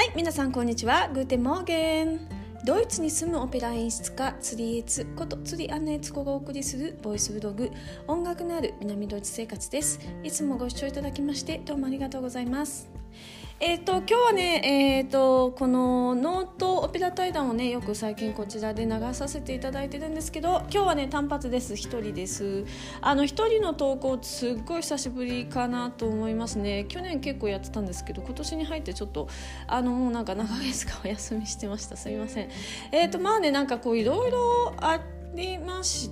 はい、皆さんこんにちは。グーテンモーゲン。ドイツに住むオペラ演出家ツリエツことツリアンネツコがお送りするボイスブログ音楽のある南ドイツ生活です。いつもご視聴いただきましてどうもありがとうございます。今日はね、このノートオペラ対談をねよく最近こちらで流させていただいてるんですけど、今日はね単発です。一人です。一人の投稿すっごい久しぶりかなと思いますね。去年結構やってたんですけど、今年に入ってちょっともうなんか長いですかお休みしてました。すいません。まあねなんかこういろいろありまして、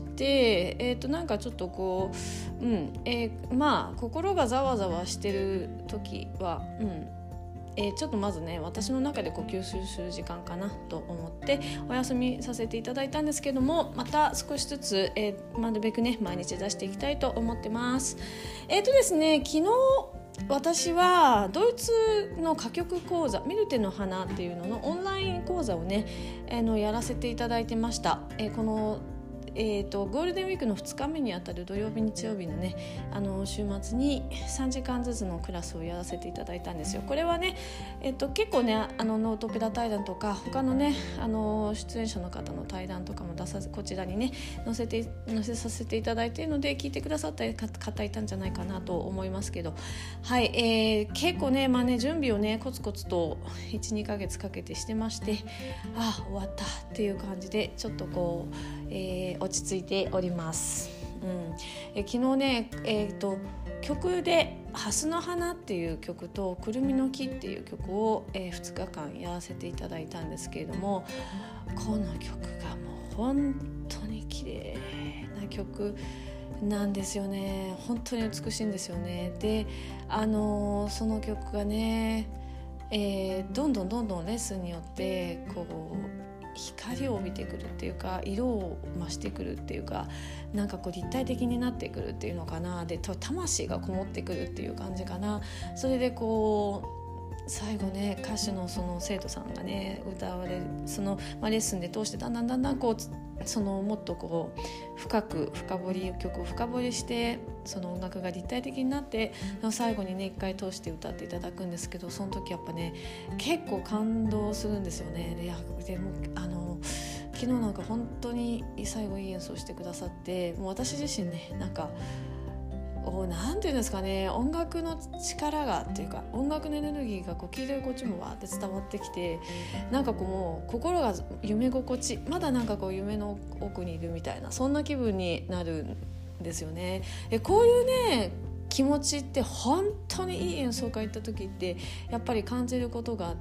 なんかちょっとこう、まあ心がざわざわしてる時はちょっとまずね私の中で呼吸する時間かなと思ってお休みさせていただいたんですけども、また少しずつ、なるべくね毎日出していきたいと思ってます。ですね、昨日私はドイツの歌曲講座ミルテの花っていうののオンライン講座をねやらせていただいてました。このゴールデンウィークの2日目にあたる土曜日日曜日のね週末に3時間ずつのクラスをやらせていただいたんですよ。これはね、結構ねノートオペラ対談とか他のね出演者の方の対談とかもこちらにね載せさせていただいているので聞いてくださった方いたんじゃないかなと思いますけど、はい、結構ね準備をねコツコツと 1,2 ヶ月かけてしてまして、終わったっていう感じでちょっとこう、落ち着いております。昨日ね、曲で蓮の花っていう曲とくるみの木っていう曲を、2日間やらせていただいたんですけれども、この曲がもう本当に綺麗な曲なんですよね。本当に美しいんですよね。で、その曲がね、どんどんレッスンによってこう光を帯びてくるっていうか色を増してくるっていうか、なんかこう立体的になってくるっていうのかな。で魂がこもってくるっていう感じかな。それでこう最後ね歌手のその生徒さんがね歌われるその、レッスンで通してだんだんこうそのもっとこう曲を深掘りしてその音楽が立体的になって最後にね一回通して歌っていただくんですけど、その時やっぱね結構感動するんですよね。でも昨日なんか本当に最後いい演奏してくださって、もう私自身ねなんかなんていうんですかね、音楽の力がっていうか音楽のエネルギーがこう聴いてるこっちもわーって伝わってきて、なんかこうもう心が夢心地、まだなんかこう夢の奥にいるみたいなそんな気分になるんですよね。こういうね気持ちって本当にいい演奏会行った時ってやっぱり感じることがあって、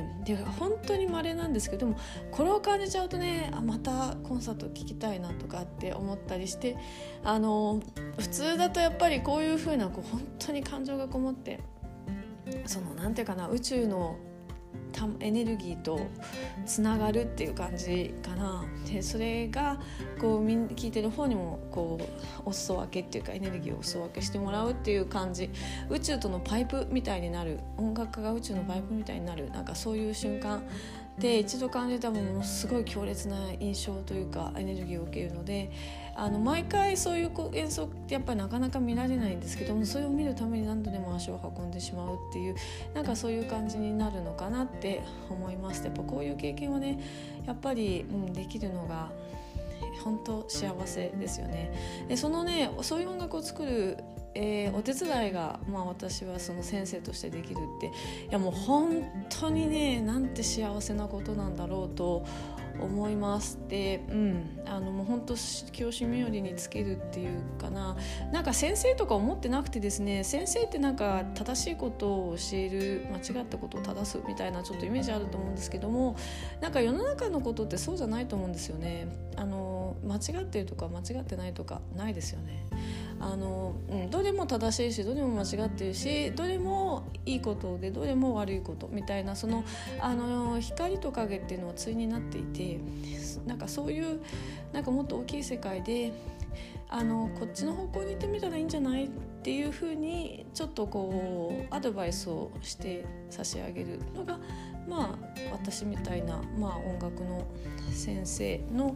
で本当に稀なんですけども、これを感じちゃうとねまたコンサート聴きたいなとかって思ったりして、普通だとやっぱりこういう風なこう本当に感情がこもってそのなんていうかな宇宙のエネルギーとつながるっていう感じかな。でそれがこう聞いてる方にもこうお裾分けっていうかエネルギーをお裾分けしてもらうっていう感じ、宇宙とのパイプみたいになる、音楽家が宇宙のパイプみたいになる、なんかそういう瞬間で一度感じたものすごい強烈な印象というかエネルギーを受けるので、毎回そういう演奏ってやっぱりなかなか見られないんですけども、それを見るために何度でも足を運んでしまうっていう、なんかそういう感じになるのかなって思います。やっぱこういう経験はねやっぱり、できるのが本当幸せですよね。でそのねそういう音楽を作るお手伝いが、私はその先生としてできるって、いやもう本当にねなんて幸せなことなんだろうと思います。で、もう本当教師冥利につけるっていうかな、なんか先生とか思ってなくてですね、先生ってなんか正しいことを教える、間違ったことを正すみたいなちょっとイメージあると思うんですけども、なんか世の中のことってそうじゃないと思うんですよね。間違ってるとか間違ってないとかないですよね。どれも正しいしどれも間違ってるし、どれもいいことでどれも悪いことみたいな、その光と影っていうのは対になっていて、なんかそういうなんかもっと大きい世界でこっちの方向に行ってみたらいいんじゃないっていうふうにちょっとこうアドバイスをして差し上げるのが私みたいな、音楽の先生の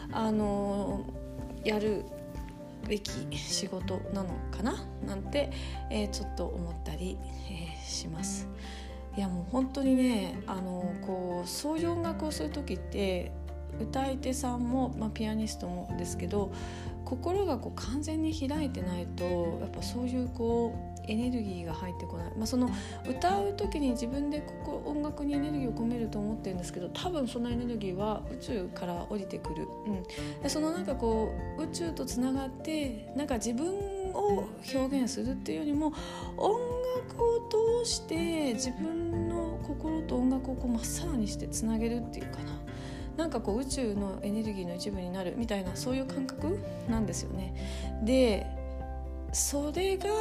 やるべき仕事なのかななんて、ちょっと思ったり、します。 いやもう本当にねそういう音楽をする時って歌い手さんも、ピアニストもですけど、心が完全に開いてないとやっぱそういうエネルギーが入ってこない、その歌う時に自分で音楽にエネルギーを込めると思ってるんですけど、多分そのエネルギーは宇宙から降りてくる、でその宇宙とつながって自分を表現するっていうよりも、音楽を通して自分の心と音楽をまっさらにしてつなげるっていうかな、宇宙のエネルギーの一部になるみたいな、そういう感覚なんですよね。でそれが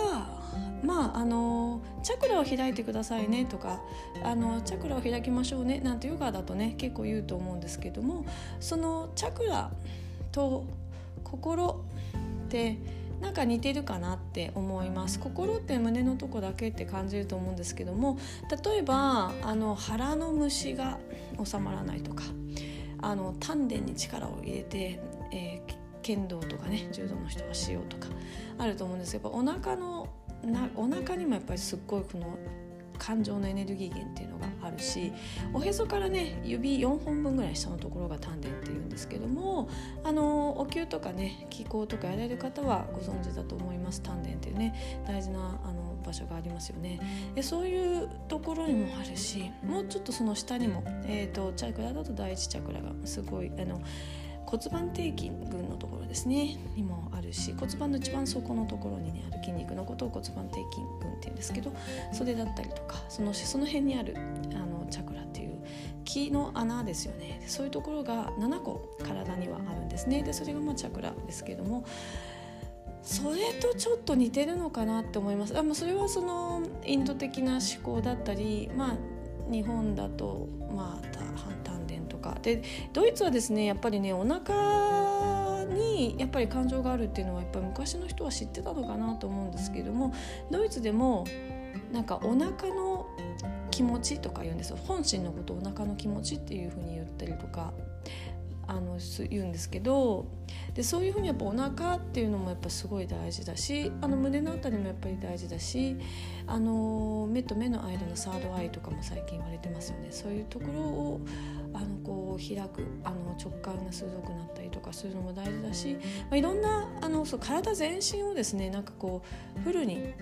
チャクラを開いてくださいねとか、チャクラを開きましょうねなんてヨガだとね結構言うと思うんですけども、そのチャクラと心って似てるかなって思います。心って胸のとこだけって感じると思うんですけども、例えば腹の虫が収まらないとか、丹田に力を入れて、剣道とかね、柔道の人はしようとかあると思うんですけど、お腹にもやっぱりすっごいこの感情のエネルギー源っていうのがあるし、おへそからね指4本分ぐらい下のところが丹田っていうんですけども、お灸とかね気功とかやられる方はご存知だと思います。丹田っていうね大事な場所がありますよね。でそういうところにもあるし、もうちょっとその下にも、チャクラだと第一チャクラがすごい骨盤底筋群のところですねにもあるし、骨盤の一番底のところに、ある筋肉のことを骨盤底筋群っていうんですけど、それだったりとかその辺にあるチャクラっていう気の穴ですよね。そういうところが7個体にはあるんですね。でそれがチャクラですけども、それとちょっと似てるのかなって思います。それはそのインド的な思考だったり、日本だと丹田とかで、ドイツはですねやっぱりねお腹にやっぱり感情があるっていうのはやっぱり昔の人は知ってたのかなと思うんですけども、ドイツでもお腹の気持ちとか言うんですよ。本心のことをお腹の気持ちっていう風に言ったりとか言うんですけど、でそういうふうにやっぱお腹っていうのもやっぱすごい大事だし、胸のあたりもやっぱり大事だし、目と目の間のサードアイとかも最近言われてますよね。そういうところを開く直感が鋭くなったりとかするのも大事だし、いろんな体全身をですねフルに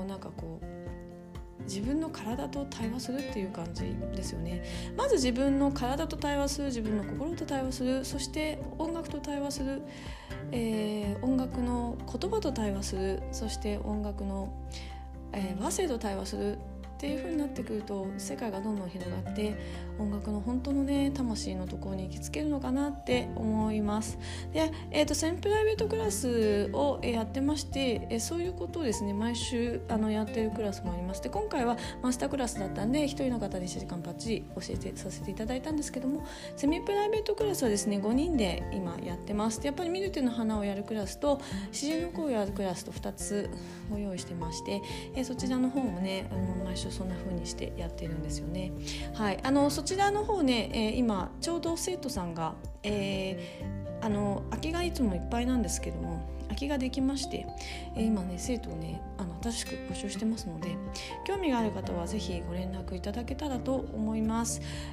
自分の体と対話するっていう感じですよね。まず自分の体と対話する、自分の心と対話する、そして音楽と対話する、音楽の言葉と対話する、そして音楽の、和声と対話するっていう風になってくると、世界がどんどん広がって音楽の本当のね魂のところに行きつけるのかなって思います。で、セミプライベートクラスをやってまして、そういうことをですね毎週やってるクラスもあります。で今回はマスタークラスだったんで1人の方に1時間パッチリ教えてさせていただいたんですけども、セミプライベートクラスはですね5人で今やってます。でやっぱりミルテの花をやるクラスと詩人の声をやるクラスと2つご用意してまして、そちらの方もね毎週そんな風にしてやってるんですよね。はい、そちらの方ね、今ちょうど生徒さんが、空きがいつもいっぱいなんですけども、空きができまして、今ね生徒をね新しく募集してますので、興味がある方はぜひご連絡いただけたらと思います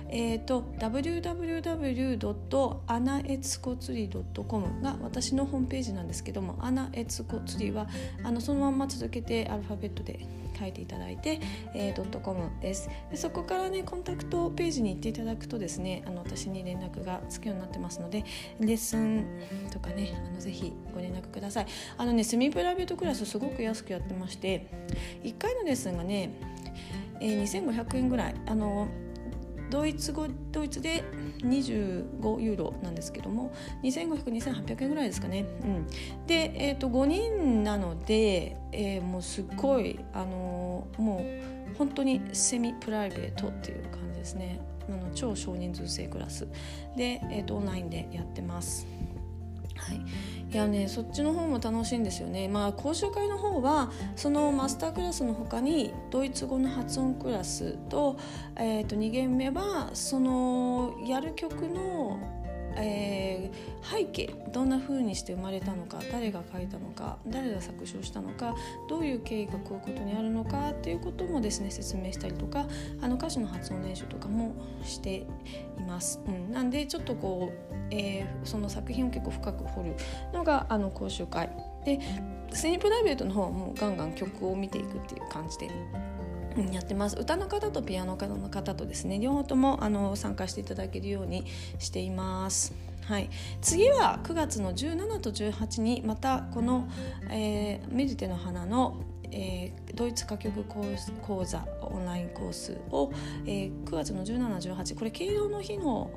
。www.anaetsukotsuri.com が私のホームページなんですけども、アナエツコツリはそのまま続けてアルファベットで書いていただいて、.com です。でそこからねコンタクトページに行っていただくとですね私に連絡がつくようになってますので、レッスンとかねぜひご連絡ください。セミプライベートクラスすごく安くやってまして、1回のレッスンがね、2500円ぐらい、ドイツで25ユーロなんですけども、2500、2800円ぐらいですかね。で、5人なので、もうすっごいもう本当にセミプライベートっていう感じですね。超少人数制クラスで、オンラインでやってます。はい、いやねそっちの方も楽しいんですよね。講習会の方はそのマスタークラスの他にドイツ語の発音クラスと、2限目はそのやる曲の背景、どんな風にして生まれたのか、誰が書いたのか、誰が作詞をしたのか、どういう経緯がこういうことにあるのかっていうこともですね説明したりとか、歌詞の発音練習とかもしています。なんでちょっとこう、その作品を結構深く掘るのが講習会で、セミプライベートの方はもうガンガン曲を見ていくっていう感じでやってます。歌の方とピアノの方とですね、両方とも参加していただけるようにしています。はい、次は9月の17と18にまたこの、メディテの花のドイツ歌曲講座オンラインコースを、9月の17、18、これ敬老の日の、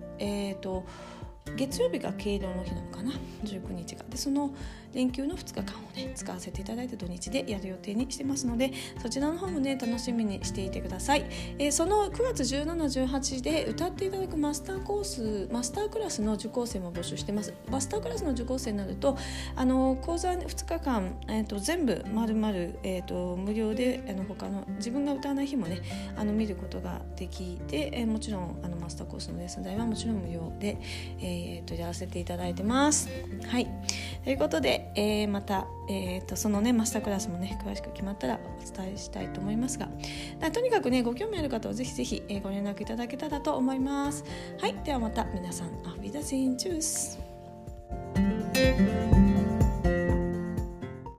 月曜日が敬老の日なのかな、19日がで、その連休の2日間をね使わせていただいて土日でやる予定にしてますので、そちらの方もね楽しみにしていてください。その9月17、18で歌っていただくマスタークラスの受講生も募集してます。マスタークラスの受講生になると講座2日間、全部丸々、無料で他の自分が歌わない日もね見ることができて、もちろんマスターコースのレッスン代はもちろん無料で、やらせていただいてます。はい、ということで、また、そのねマスタークラスもね詳しく決まったらお伝えしたいと思いますが、とにかくねご興味ある方はぜひぜひ、ご連絡いただけたらと思います。はい、ではまた皆さん、auf Wiedersehen、チュース。